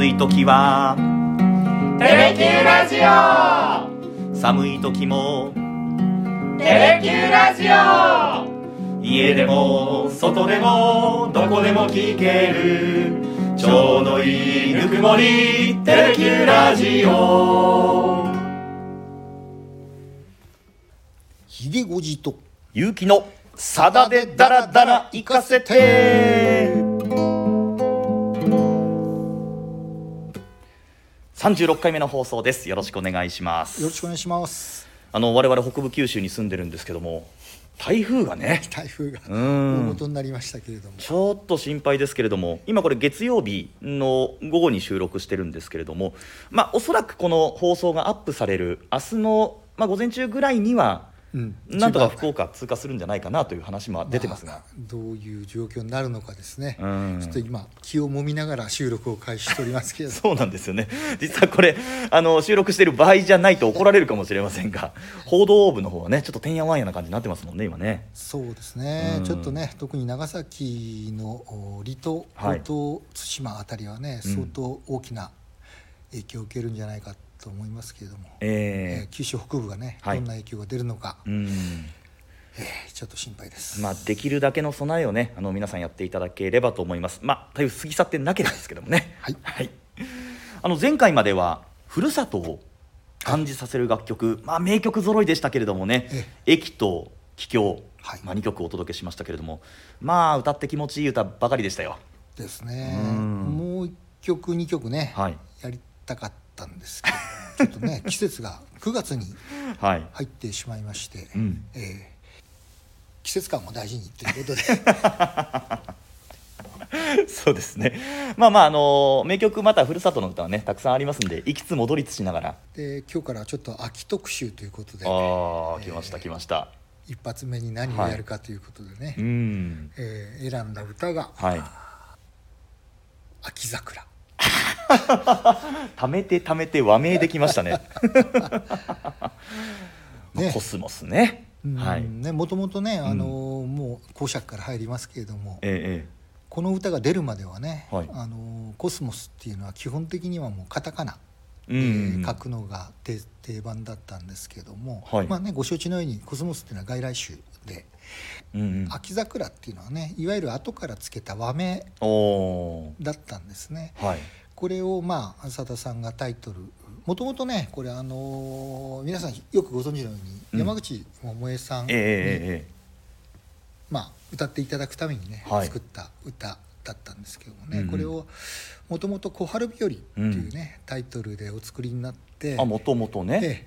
暑い時はテレキューラジオ、 寒い時もテレキューラジオ、 家でも外でもどこでも聞けるちょうどいいぬくもりテレキューラジオ。 秀5時と勇気のさだでダラダラ行かせて。36回目の放送です。よろしくお願いします。 よろしくお願いします。 我々北部九州に住んでるんですけども、台風がね、 台風が大元になりましたけれども、 ちょっと心配ですけれども、今これ月曜日の午後に収録してるんですけれども、おそらくこの放送がアップされる明日の、午前中ぐらいにはなんとか福岡通過するんじゃないかなという話も出てますが、 どういう状況になるのかですね。 ちょっと今気をもみながら収録を開始しておりますけれどもそうなんですよね。実はこれ収録している場合じゃないと怒られるかもしれませんが、報道部の方はねちょっとてんやわんやな感じになってますもんね今ね。 そうですね、ちょっとね特に長崎の離島、五島対馬あたりはね相当大きな影響を受けるんじゃないかと思いますけれども、九州北部がねどんな影響が出るのか、ちょっと心配です。 できるだけの備えをね皆さんやっていただければと思います。台風過ぎ去ってなければですけどもね前回まではふるさとを感じさせる楽曲、名曲揃いでしたけれどもね、駅と帰郷、2曲お届けしましたけれども、歌って気持ちいい歌ばかりでしたよ。 ですね。もう1曲2曲ね、やりたかったんですけどちょっとね季節が9月に入ってしまいまして、季節感も大事にということでそうですね。名曲またふるさとの歌はねたくさんありますんで、行きつ戻りつしながらで今日からちょっと秋特集ということで、 来ました一発目に何をやるかということでね、選んだ歌が、秋桜貯めて和名できましたねコスモスね。 もともとね、もう講釈から入りますけれども、この歌が出るまではね、コスモスっていうのは基本的にはもうカタカナで書くのが定番だったんですけども、ご承知のようにコスモスっていうのは外来種で、秋桜っていうのはねいわゆる後からつけた和名だったんですね。これを浅田さんがタイトル、もともとねこれ皆さんよくご存知のように、山口百恵さんに、歌っていただくためにね、作った歌だったんですけどもね、これをもともと小春日和っていうね、タイトルでお作りになって、 もともとね、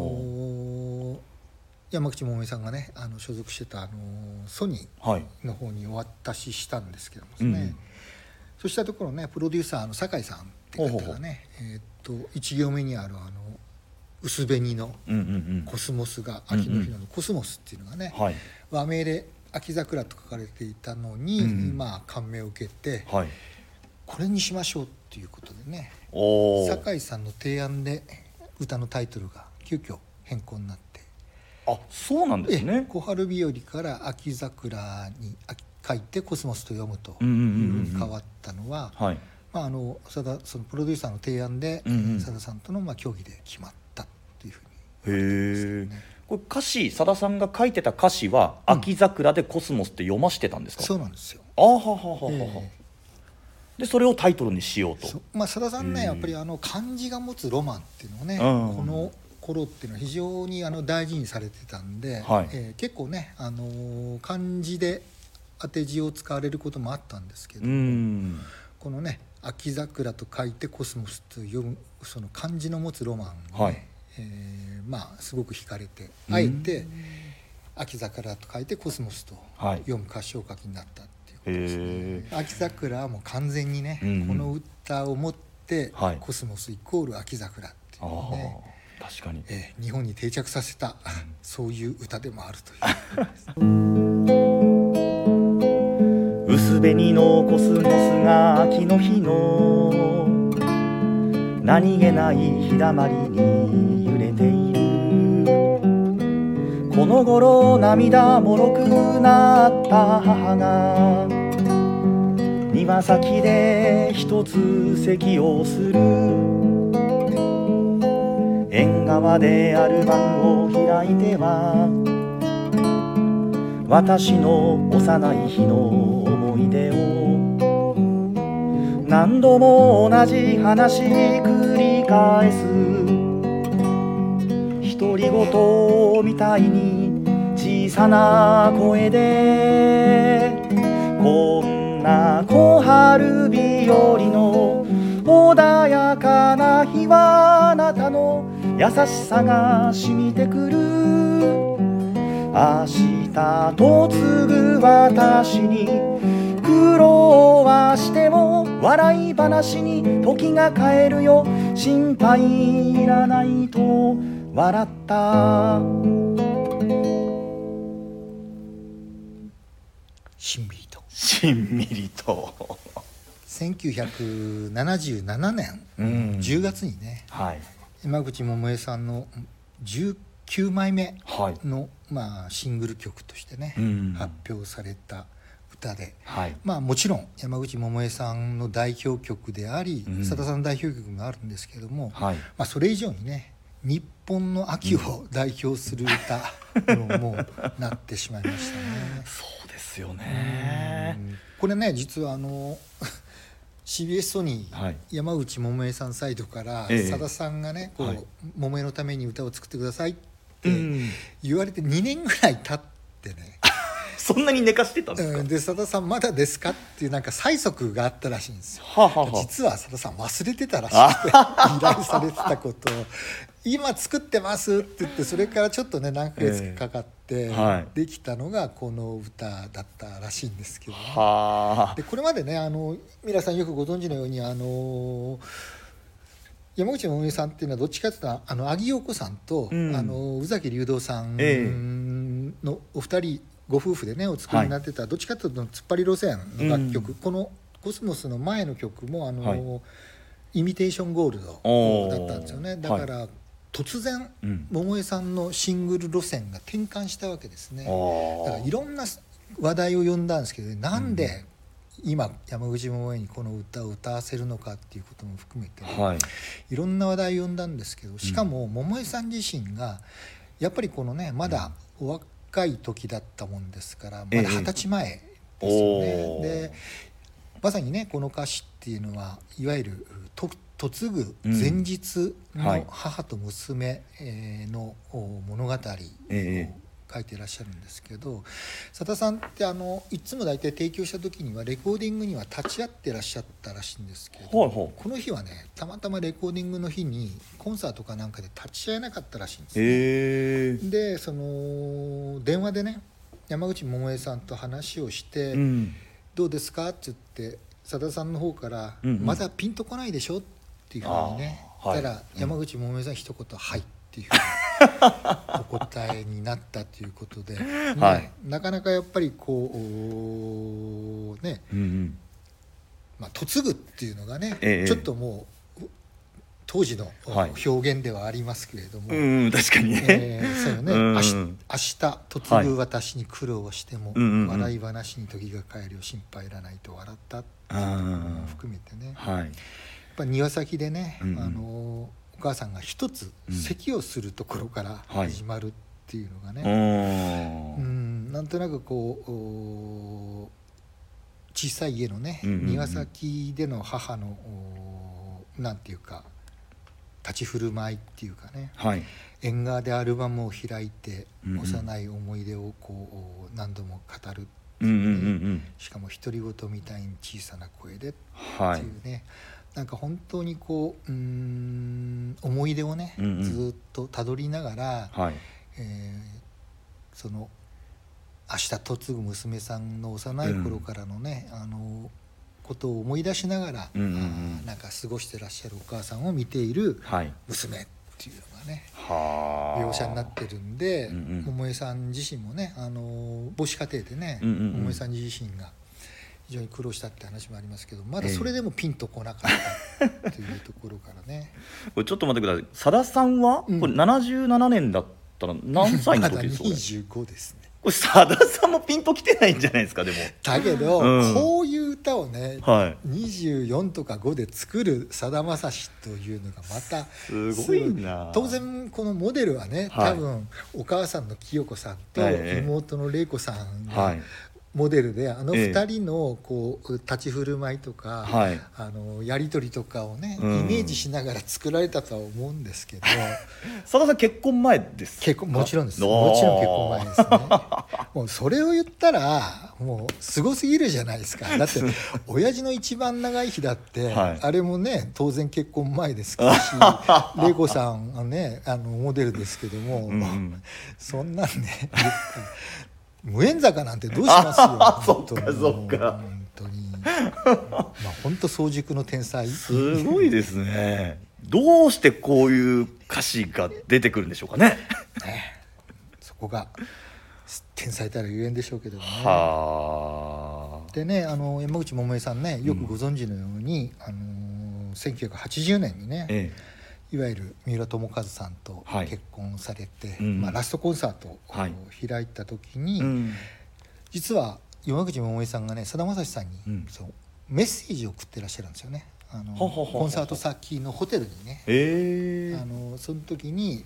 山口百恵さんがね所属してたソニーの方にお渡ししたんですけどもですね、そうしたところねプロデューサーの酒井さんって方がね、1行目にある薄紅のコスモスが、秋の日のコスモスっていうのがね、和名で秋桜と書かれていたのに、感銘を受けて、これにしましょうっていうことでね、酒井さんの提案で歌のタイトルが急遽変更になって、 そうなんですね。 小春日和から秋桜に書いてコスモスと読むというふうに変わったのは、そのプロデューサーの提案でさださんとの協議で決まったというふうに、 これ歌詞、さださんが書いてた歌詞は秋桜でコスモスって読ましてたんですか？ そうなんですよ。 でそれをタイトルにしようと。 さださんねやっぱり漢字が持つロマンっていうのをね、この頃っていうのは非常に大事にされてたんで、結構ね漢字で当て字を使われることもあったんですけども、このね秋桜と書いてコスモスと読むその漢字の持つロマンにね、すごく惹かれて、あえて秋桜と書いてコスモスと読む歌詞を書きになったっていうことですね。秋桜はもう完全にね、この歌をもってコスモスイコール秋桜っていうね、 確かに、 日本に定着させたそういう歌でもあるという薄紅のコスモスが秋の日の何気ない日だまりに揺れている。この頃涙もろくなった母が庭先で一つ席をする、縁側でアルバムを開いては私の幼い日の思い出を何度も同じ話繰り返す、独り言みたいに小さな声で、こんな小春日和の穏やかな日はあなたの優しさが染みてくる、明日と継ぐ私に苦労はしても笑い話に時が変えるよ、心配いらないと笑った。 しんみりとしんみりと 1977年10月にね、 はい、 山口百恵さんの19枚目の、 はい、 シングル曲としてね、発表された歌で、 はい、 もちろん山口百恵さんの代表曲であり、さださんの代表曲があるんですけども、はい、それ以上にね日本の秋を代表する歌にもなってしまいましたね。 そうですよね。 これね実はCBS ソニー、山口百恵さんサイドからさださんがねこう、百恵のために歌を作ってくださいって言われて2年ぐらい経ってねそんなに寝かしてたんですか。 でさださんまだですかっていうなんか催促があったらしいんですよ。実はさださん忘れてたらしくて依頼されてたことを今作ってますって言って、それからちょっとね何ヶ月かかってできたのがこの歌だったらしいんですけど、ね、でこれまでね皆さんよくご存知のように山口百恵さんっていうのはどっちかというと阿木燿子さんと、宇崎竜童さんのお二人ご夫婦でねお作りになってた、どっちかというと突っ張り路線の楽曲、このコスモスの前の曲もイミテーションゴールドだったんですよね。だから、突然、百恵さんのシングル路線が転換したわけですね。だからいろんな話題を呼んだんですけど、なんで今山口百恵にこの歌を歌わせるのかっていうことも含めて、いろんな話題を呼んだんですけど、しかも百恵さん自身がやっぱりこのねまだお若い時だったもんですから、まだ20歳前ですよね。でまさにねこの歌詞っていうのはいわゆる嫁ぐ前日の母と娘の物語を書いていらっしゃるんですけど、さださんっていつも大体提供した時にはレコーディングには立ち会ってらっしゃったらしいんですけど、この日はねたまたまレコーディングの日にコンサートかなんかで立ち会えなかったらしいんですね。でその電話でね山口百恵さんと話をして、どうですかって言ってさださんの方からまだピンとこないでしょっていうふうにね言ったら、山口百恵さん一言はいっていうふうにお答えになったということで、なかなかやっぱりこうね、嫁ぐっていうのがね、ちょっともう当時の表現ではありますけれども、 確かにね、 そうよね、明日嫁ぐ私に苦労をしても、笑い話に時が帰るよ心配いらないと笑ったっていうところも含めてね、やっぱ庭先でね、お母さんが一つ咳をするところから始まるっていうのがね、なんとなくこう小さい家のね、庭先での母のなんていうか立ち振る舞いっていうかね、縁側でアルバムを開いて幼い思い出をこう何度も語るっていうね、しかも独り言みたいに小さな声でっていうね、なんか本当にこう思い出をね、ずっとたどりながら、その明日嫁ぐ娘さんの幼い頃からのね、ことを思い出しながら、なんか過ごしてらっしゃるお母さんを見ている娘っていうのがね、描写になってるんで、百恵さん自身もね母子家庭でね、百恵さん自身が非常に苦労したって話もありますけど、まだそれでもピンとこなかったっていうところからねこれちょっと待ってください、さださんはこれ77年だったら何歳の時ですか。 まだ25ですね。 これさださんもピンときてないんじゃないですか。でもだけど、こういう歌をね、 はい、 24とか5で作るさだまさしというのがまたすごいな。 当然このモデルはね、多分お母さんの清子さんと妹の玲子さんがモデルで、2人のこう立ち振る舞いとか、やり取りとかをね、イメージしながら作られたとは思うんですけどさださん結婚前ですか？ もちろんです。もちろん結婚前ですね。もうそれを言ったらもうすごすぎるじゃないですか。だって親父の一番長い日だって、あれもね当然結婚前ですし玲子さんはねモデルですけども、そんなんね無縁坂なんてどうしますよ。 そっかそっか。 本当に本当早熟の天才。 すごいですね。どうしてこういう歌詞が出てくるんでしょうかね。 そこが天才たるゆえんでしょうけどね。でね、山口百恵さんね、よくご存知のように、1980年にね、いわゆる三浦友和さんと結婚されて、ラストコンサートを開いた時に、実は山口百恵さんがね、さだまさしさんに、メッセージを送ってらっしゃるんですよね。コンサート先のホテルにね、その時に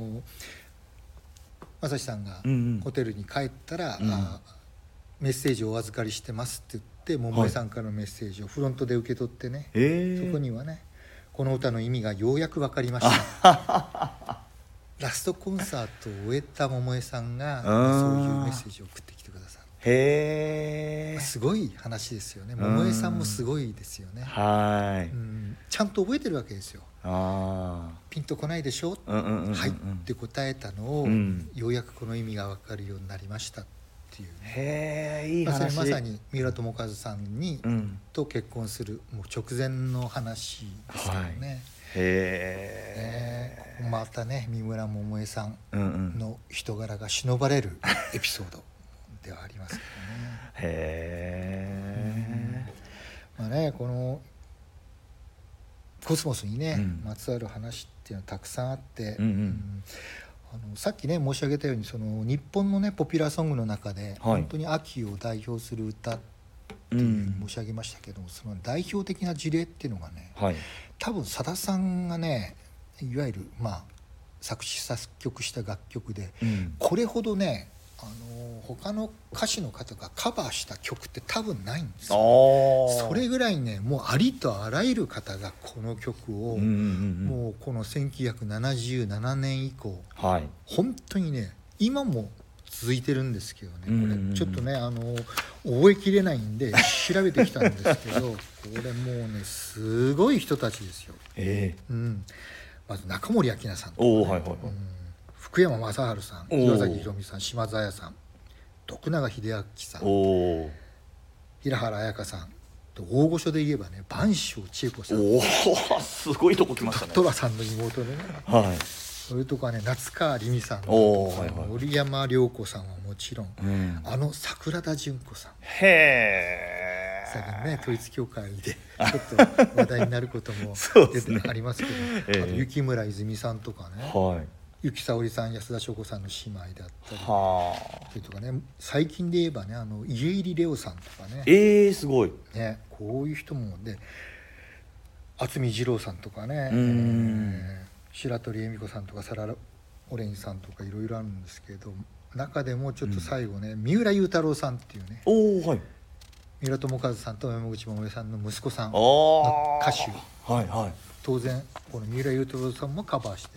まさしさんがホテルに帰ったら、メッセージをお預かりしてますって言って、百恵さんからのメッセージをフロントで受け取ってね、そこにはね、この歌の意味がようやく分かりましたラストコンサートを終えた百恵さんがそういうメッセージを送ってきてくださる。すごい話ですよね。百恵さんもすごいですよね。ちゃんと覚えてるわけですよ。ピンとこないでしょ、はいって答えたのを、ようやくこの意味が分かるようになりましたっていうね。 いい話。 それまさに三浦友和さんに、と結婚するもう直前の話ですよね。またね、三村百恵さんの人柄が忍ばれるエピソードではありますけどね。このコスモスにね、まつわる話っていうのはたくさんあって、さっきね申し上げたように、その日本のねポピュラーソングの中で、本当に秋を代表する歌っていうふうに申し上げましたけど、その代表的な事例っていうのがね、多分さださんがね、いわゆる作詞作曲した楽曲で、これほどね他の歌手の方がカバーした曲って多分ないんですよ。それぐらいね、もうありとあらゆる方がこの曲を、もうこの1977年以降、本当にね今も続いてるんですけどね、これちょっとね覚えきれないんで調べてきたんですけどこれもうねすごい人たちですよ。まず中森明菜さんとか、福山雅治さん、岩崎宏美さん、島津亜矢さん、徳永英明さん、平原綾香さんと、大御所で言えばね播州千恵子さん、 すごいとこ来ましたね。 寅さんの妹でね、それとかね夏川りみさんとか、森山良子さんはもちろん、桜田淳子さん、最近ね統一教会でちょっと話題になることも出てありますけど、雪村泉さんとかね、由紀さおりさん、安田翔子さんの姉妹だったり、それとかね、最近で言えばね家入レオさんとかね、 すごいね、こういう人もで、渥美二郎さんとかね、白鳥恵美子さんとかサラ・オレンジさんとかいろいろあるんですけど、中でもちょっと最後ね、三浦雄太郎さんっていうね、三浦友和さんと山口百恵さんの息子さんの歌手、当然この三浦雄太郎さんもカバーして、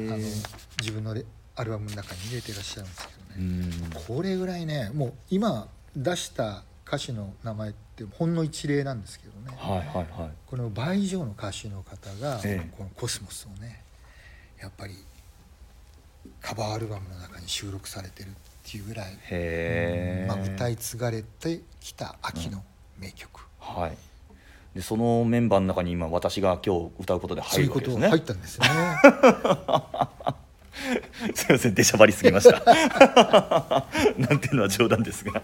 自分のアルバムの中に入れていらっしゃるんですけどね、これぐらいね、もう今出した歌手の名前ってほんの一例なんですけどね、この倍以上の歌手の方が、このコスモスをねやっぱりカバーアルバムの中に収録されてるっていうぐらい、歌い継がれてきた秋の名曲、 でそのメンバーの中に今私が今日歌うことで入るわけですね。 そういうこと入ったんですねすいません、出しゃばりすぎましたなんていうのは冗談ですが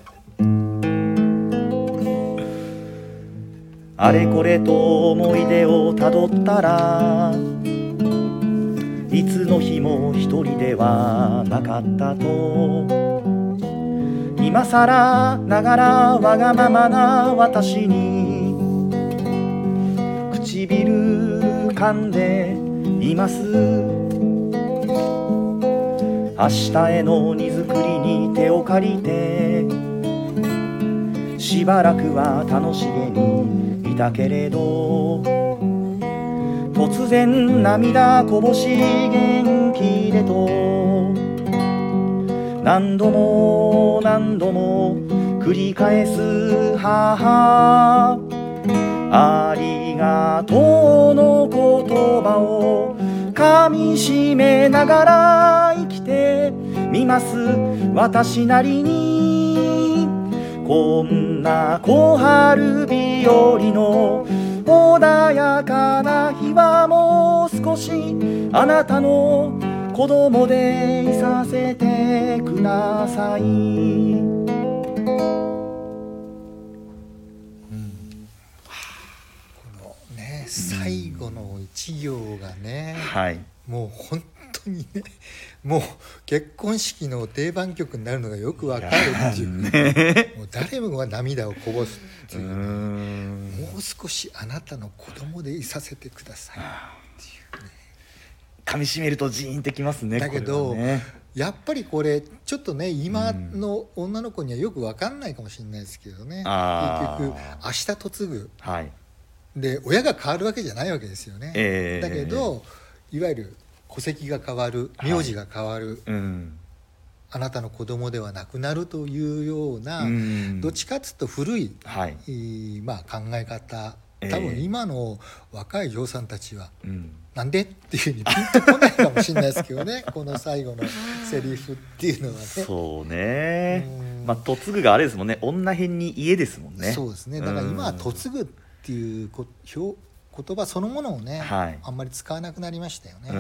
あれこれと思い出をたどったらいつの日も一人ではなかったと今今さらながらわがままな私に唇噛んでいます。明日への荷造りに手を借りてしばらくは楽しげにいたけれど、突然涙こぼし元気でと何度も何度も繰り返す母、ありがとうの言葉を噛みしめながら生きてみます。私なりにこんな小春日和の穏やかな日はもう少しあなたの子供でいさせてください。 最後の一行がね、 はい、 もう本当にね、もう結婚式の定番曲になるのがよくわかるっていう、ね、もう誰もが涙をこぼすっていう、ね、もう少しあなたの子供でいさせてくださいっていうね、 噛みしめるとジーンってきますね。 だけど、 ね、 やっぱりこれちょっとね今の女の子にはよくわかんないかもしれないですけどね、結局明日嫁ぐ、はい、で親が変わるわけじゃないわけですよね、だけどいわゆる戸籍が変わる、名字が変わる、あなたの子供ではなくなるというような、どっちかっていうと古い、まあ、考え方、多分今の若い嬢さんたちは、なんでっていうふうにピンとこないかもしれないですけどねこの最後のセリフっていうのはね。 そうね、まあ嫁ぐがあれですもんね、女編に家ですもんね。 そうですね、だから今は嫁ぐっていう言葉そのものをね、あんまり使わなくなりましたよね。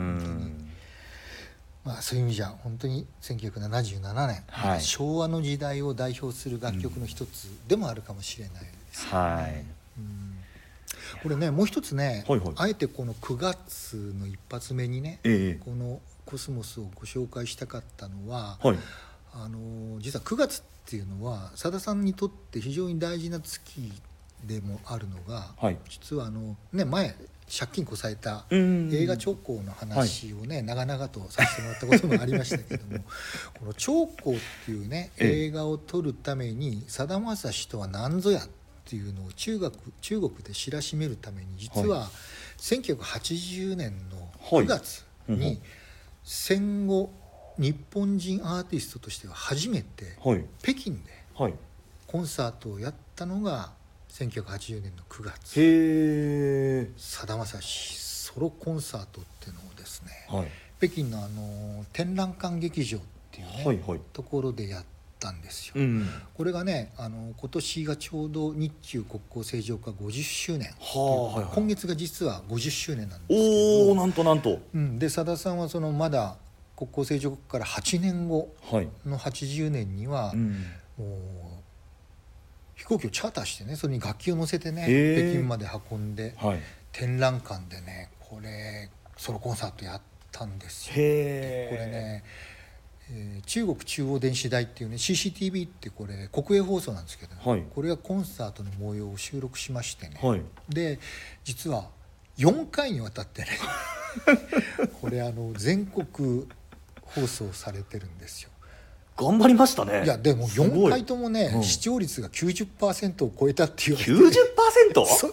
まあ、そういう意味じゃ本当に1977年、昭和の時代を代表する楽曲の一つでもあるかもしれないですね。これねもう一つね、あえてこの9月の一発目にね、このコスモスをご紹介したかったのは、実は9月っていうのはさださんにとって非常に大事な月でもあるのが、実は前借金こさえた映画長江の話をね、長々とさせてもらったこともありましたけどもこの長江っていうね映画を撮るためにさだまさしとは何ぞやっていうのを中国で知らしめるために、実は1980年の9月に戦後日本人アーティストとしては初めて北京でコンサートをやったのが1980年の9月、さだまさしソロコンサートっていうのをですね、北京の展覧館劇場っていうね、ところでやったんですよ。これがね今年がちょうど日中国交正常化50周年、今月が実は50周年なんですけど、 なんと、 でさださんはそのまだ国交正常化から8年後の80年には、もう飛行機をチャーターしてね、それに楽器を乗せてね、北京まで運んで、展覧館でねこれソロコンサートやったんですよ。これね、中国中央電子台っていうね CCTV ってこれ国営放送なんですけど、これがコンサートの模様を収録しましてね、で実は4回にわたってねこれ全国放送されてるんですよ。 頑張りましたね。 いやでも4回ともね、視聴率が 90% を超えたっていう 90%？ そう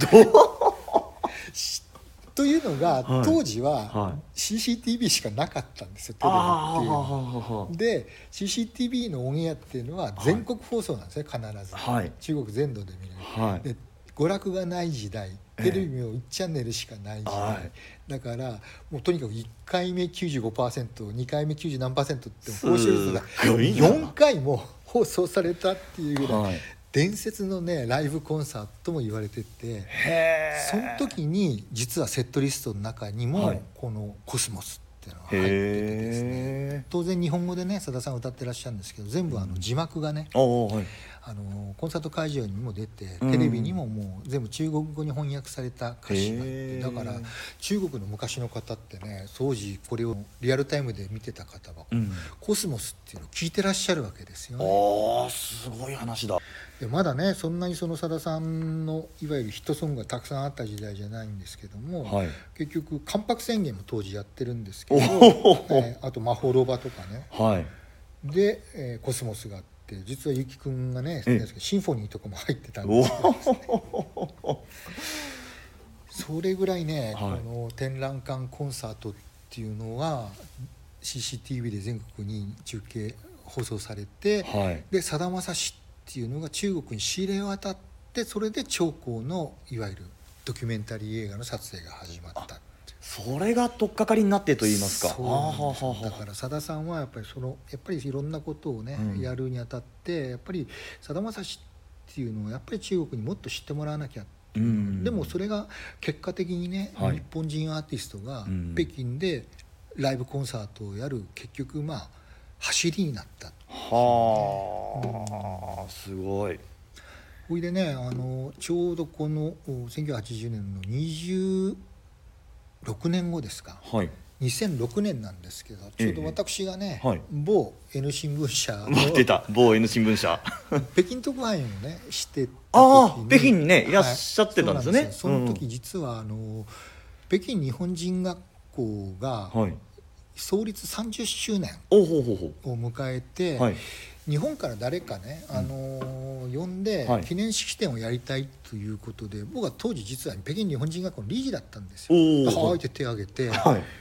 というのが、当時は CCTV しかなかったんですよ、テレビっていうので CCTV のオンエアっていうのは全国放送なんですね、必ず、中国全土で見れる、で娯楽がない時代、テレビも1チャンネルしかない時代、だからもうとにかく1回目 95%、 2回目90何%って放送率が4回も放送されたっていうぐらい、伝説のねライブコンサートとも言われてて、その時に実はセットリストの中にもこのコスモスっていうのが入っててですね、当然日本語でねさださん歌ってらっしゃるんですけど、全部字幕がねコンサート会場にも出て、テレビにももう全部中国語に翻訳された歌詞があって、だから中国の昔の方ってね、当時これをリアルタイムで見てた方は、コスモスっていうのを聞いてらっしゃるわけですよね。 すごい話だ。 でまだねそんなにそのさださんのいわゆるヒットソングがたくさんあった時代じゃないんですけども、結局関白宣言も当時やってるんですけど、あと「魔法ロバ」とかね、で、コスモスがあって、実はゆきくんがねシンフォニーとかも入ってたんですけど、それぐらいね、この展覧館コンサートっていうのは CCTV で全国に中継放送されて、でさだまさしっていうのが中国に仕入れ渡って、それで長江のいわゆるドキュメンタリー映画の撮影が始まった。 それが取っかかりになってと言いますか。 だからさださんはやっぱりいろんなことをね、やるにあたってやっぱりさだまさしっていうのをやっぱり中国にもっと知ってもらわなきゃ、でもそれが結果的にね、日本人アーティストが北京でライブコンサートをやる結局走りになった。 すごい。 ほいでね、ちょうどこの1980年の26年後ですか、2006年なんですけど、ちょうど私がね、某 N 新聞社の出た某 N 新聞社北京特派員をねしてた時に、 北京にねいらっしゃってたんですね。 その時実は北京日本人学校が創立30周年を迎えて、日本から誰かね、呼んで記念式典をやりたいということで、僕は当時実は北京日本人学校の理事だったんですよ。はいって手を挙げて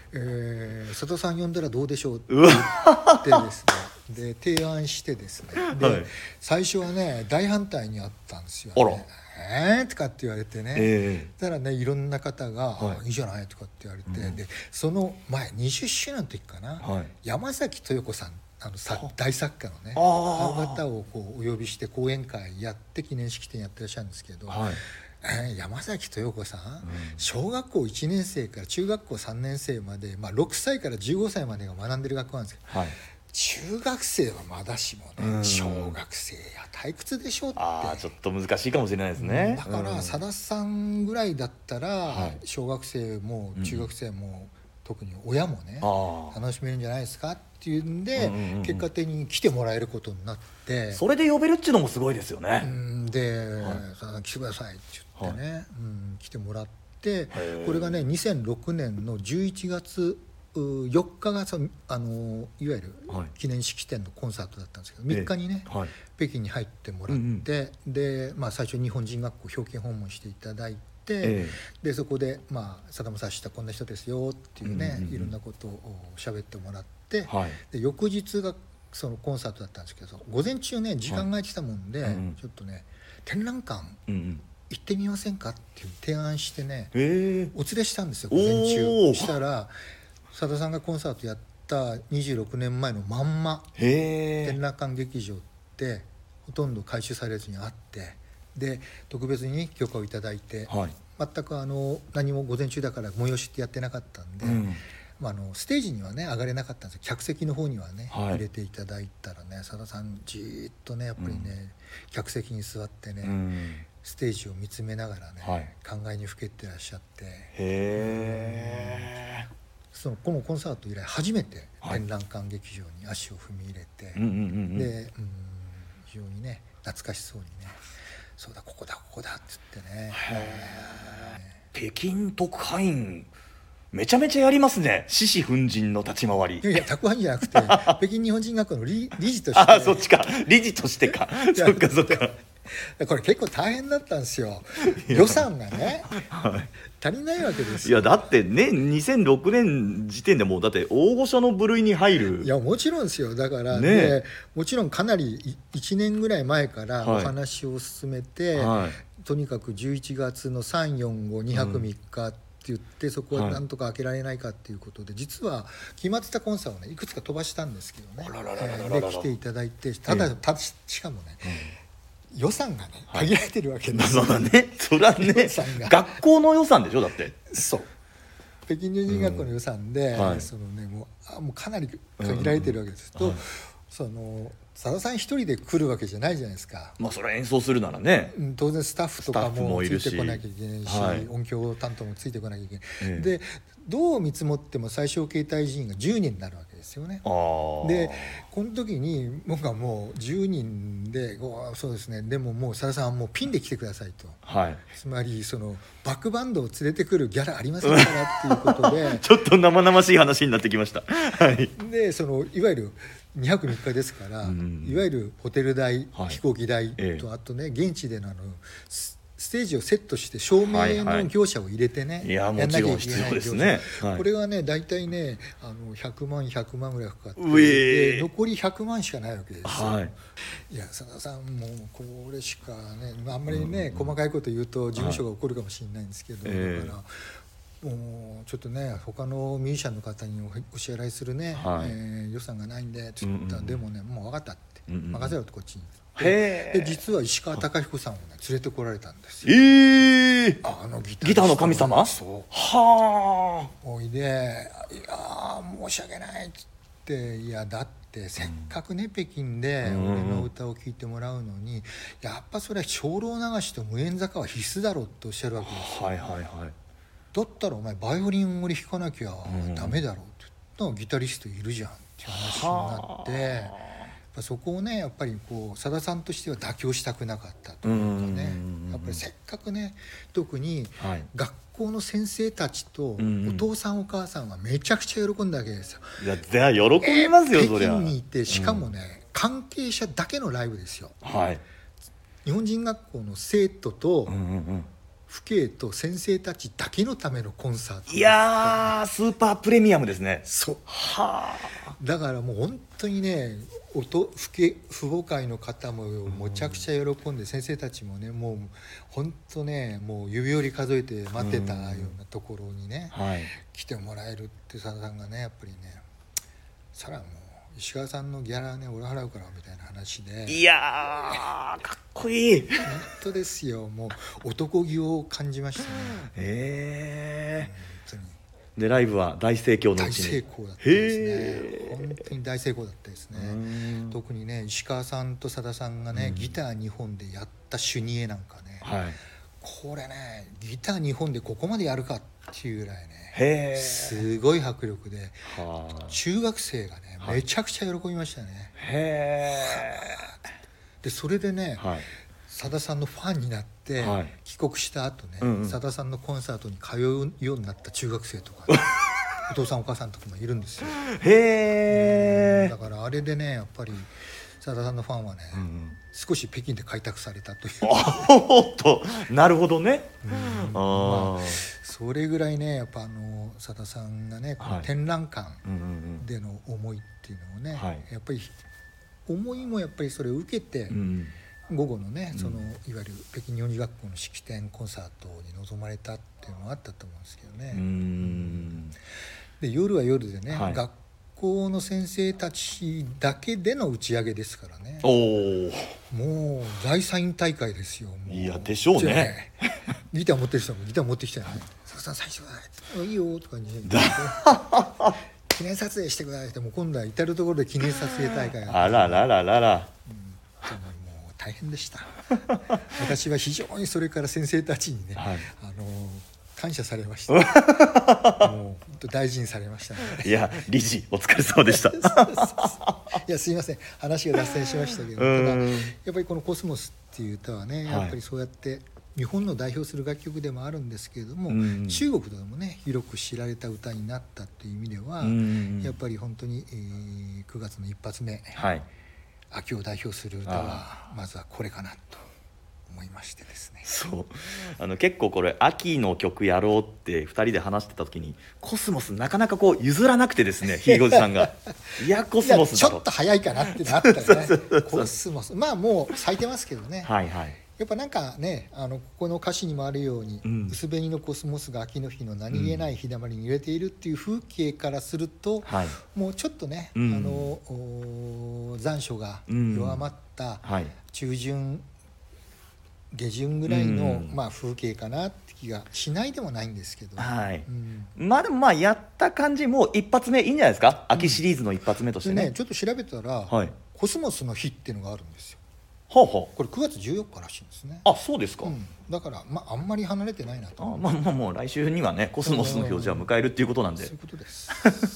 「さださん呼んだらどうでしょう」って言ってですね、で提案してですね、で最初はね大反対にあったんですよね。とかって言われてね、だからねいろんな方が「いいじゃない」とかって言われて、でその前20周年の時かな、山崎豊子さん大作家のね、あの方をこうお呼びして講演会やって記念式典やってらっしゃるんですけど、山崎豊子さん、小学校1年生から中学校3年生まで、6歳から15歳までが学んでる学校なんですけど、中学生はまだしもね、小学生や退屈でしょって、 ちょっと難しいかもしれないですね。 だからさださんぐらいだったら、小学生も中学生も、特に親もね楽しめるんじゃないですかっていうんで、結果的に来てもらえることになって、 それで呼べるっていうのもすごいですよね。 で「さださん来てください」って言ってね、来てもらって、これがね2006年の11月4日がいわゆる記念式典のコンサートだったんですけど、3日にね北京に入ってもらって、で最初日本人学校表敬訪問していただいて、でそこでさだまさしはこんな人ですよっていうね、いろんなことを喋ってもらって、で翌日がそのコンサートだったんですけど、午前中ね時間が空いてたもんで、ちょっとね展覧館行ってみませんかっていう提案してね、お連れしたんですよ午前中。そしたらさださんがコンサートやった26年前のまんま展覧館劇場ってほとんど改修されずにあって、で特別に許可をいただいて、全く何も午前中だから催しってやってなかったんで、ステージにはね上がれなかったんですけど、客席の方にはね入れていただいたらね、さださんじーっとねやっぱりね、客席に座ってね、ステージを見つめながらね、考えにふけってらっしゃって、このコンサート以来初めて展覧館劇場に足を踏み入れて、で、非常にね懐かしそうにね、そうだここだここだって言ってね、 北京特派員めちゃめちゃやりますね。獅子奮迅の立ち回り。 いや特派員じゃなくて北京日本人学校の理事として、 そっちか、理事としてかそっかそっか。 これ結構大変だったんですよ。予算がね、足りないわけですよ。 いやだってね2006年時点でもうだって大御所の部類に入る。 いやもちろんですよ。だからね、もちろんかなり1年ぐらい前からお話を進めて、とにかく11月の3、4、5、2泊3日って言って、そこはなんとか開けられないかっていうことで、実は決まってたコンサートをねいくつか飛ばしたんですけどね、で来ていただいて、しかもね、予算がね限られてるわけですよ。 そらね学校の予算でしょ。だってそう北京日本人学校の予算で、もうかなり限られてるわけですと、 さださん一人で来るわけじゃないじゃないですか。 まあそれ演奏するならね、 当然スタッフとかもついるしいてこなきゃいけないし、 はい音響担当もついてこなきゃいけない、 ええでどう見積もっても最小形態人員が10人になるわけですよね。 あーでこの時に僕はもう10人でそうですね、でももうさださんはもうピンで来てくださいと、 はい、 つまりそのバックバンドを連れてくるギャラありませんからっていうことでちょっと生々しい話になってきました。はい、 でそのいわゆる2泊3日ですから、いわゆるホテル代、 はい、 飛行機代と、 ええ、 あとね現地でのステージをセットして照明の業者を入れてね、 いややんなきゃいけないもちろん必要ですね、はい、 これがね大体ね100万ぐらいかかってで残り100万しかないわけですよ、 はい、 いやさださんもこれしかねあんまりね、細かいこと言うと事務所が怒るかもしれないんですけど、だからもうちょっとね他のミュージシャンの方にお支払いするね、 はい、 予算がないんでちょっと、でもねもう分かったって、任せろってこっちに。 で実は石川貴彦さんをね連れてこられたんですよ。 ギターの神様。 そうはあ。 おいで、いや申し訳ないっつって、いやだってせっかくね、北京で俺の歌を聴いてもらうのに、やっぱそれは精霊流しと無縁坂は必須だろうっておっしゃるわけですよ。 はいはいはい。 だったらお前バイオリン俺弾かなきゃダメだろうって言ったら、ギタリストいるじゃんっていう話になって。そこをねやっぱりこうさださんとしては妥協したくなかったというかね、やっぱりせっかくね特に学校の先生たちとお父さんお母さんはめちゃくちゃ喜んだわけですよ。 いや喜びますよ、そりゃ。 北京にいてしかもね、関係者だけのライブですよ。 はい、 日本人学校の生徒と、父兄と先生たちだけのためのコンサート。 いやスーパープレミアムですね。 そうはあ。だからもう本当にね父母会の方もむちゃくちゃ喜んで、先生たちもねもう本当ねもう指折り数えて待ってたようなところにね、来てもらえるってさださんがねやっぱりね、さらもう石川さんのギャラね俺払うからみたいな話で、 いやかっこいい。 本当ですよ。もう男気を感じましたね。 本当に。 でライブは大盛況のうちに。 大成功だったですね。本当に大成功だったですね。特にね石川さんとさださんがね、ギター2本でやったシュニエなんかね、これねギター2本でここまでやるかっていうぐらいね、すごい迫力で、中学生がねめちゃくちゃ喜びましたね。でそれでね、さださんのファンになって帰国した後ね、さださんのコンサートに通うようになった中学生とか、お父さんお母さんとかもいるんですよ。だからあれでねやっぱりさださんのファンはね、少し北京で開拓されたという。 おっとなるほどね。 それぐらいねやっぱさださんがねこの展覧館での思いっていうのをね、やっぱり思いもやっぱりそれを受けて、午後のねそのいわゆる北京日本人学校の式典コンサートに臨まれたっていうのがあったと思うんですけどね。で夜は夜でね、学校の先生たちだけでの打ち上げですからね。もう大サイン大会ですよ。 いやでしょうね。 ギター持ってる人もギター持ってきたよね。さださん最初だいいよとかに記念撮影してくださいって、もう今度は至る所で記念撮影大会があららららら。 もう大変でした。私は非常にそれから先生たちにね、感謝されました。もう本当大事にされましたね。 いや理事お疲れ様でした。 いやすいません話が脱線しましたけど、ただやっぱりこの「コスモス」っていう歌はねやっぱりそうやって日本の代表する楽曲でもあるんですけれども、中国でもね広く知られた歌になったっていう意味では、やっぱり本当に、9月の一発目、秋を代表する歌はまずはこれかなと思いましてですね。 そう結構これ秋の曲やろうって2人で話してた時にコスモスなかなかこう譲らなくてですね、ひいごじさんがいやコスモスだろちょっと早いかなってなったらねコスモスまあもう咲いてますけどね。やっぱなんかねここの歌詞にもあるように、薄紅のコスモスが秋の日の何気ない日だまりに揺れているっていう風景からすると、もうちょっとね、残暑が弱まった中旬下旬ぐらいの、風景かなって気がしないでもないんですけど、 まあでもやった感じもう一発目いいんじゃないですか、秋シリーズの一発目としてね。 ちょっと調べたら、 コスモスの日っていうのがあるんですよ。 はあはあ、 これ9月14日らしいんですね。 あ、そうですか。 だからあんまり離れてないなと。 もう来週にはねコスモスの日をじゃあ迎えるっていうことなんで。 そういうことです。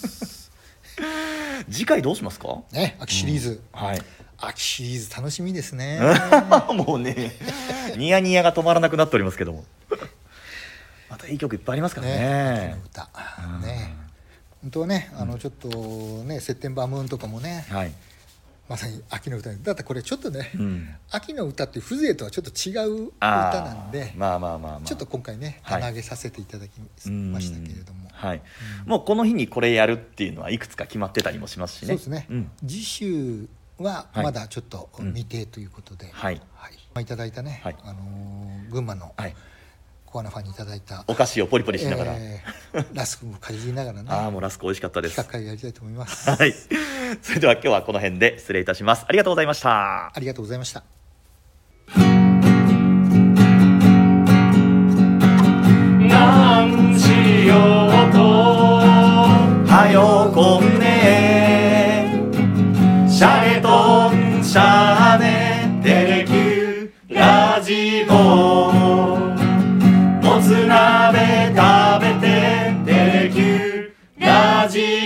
次回どうしますかね、秋シリーズ、 はい、 秋シリーズ楽しみですね。 もうねニヤニヤが止まらなくなっておりますけどもまたいい曲いっぱいありますからね。 秋の歌ね、本当はねちょっとねセッテンバームーンとかもね、 はい、 まさに秋の歌だってこれちょっとね、秋の歌って風情とはちょっと違う歌なんで、ちょっと今回ね棚上げさせていただきましたけれども、 はい、もうこの日にこれやるっていうのはいくつか決まってたりもしますしね。 そうですね、次週はまだちょっと未定ということで、いただいたね、群馬のコアなファンにいただいたお菓子をポリポリしながら、 ラスクもかじりながらね、 もうラスク美味しかったです。 企画会やりたいと思います。 はい、それでは今日はこの辺で失礼いたします。ありがとうございました。 ありがとうございました。 なんしようとはよこんねシャレとんシャネテレキューラジオもつ鍋食べてテレキューラジオ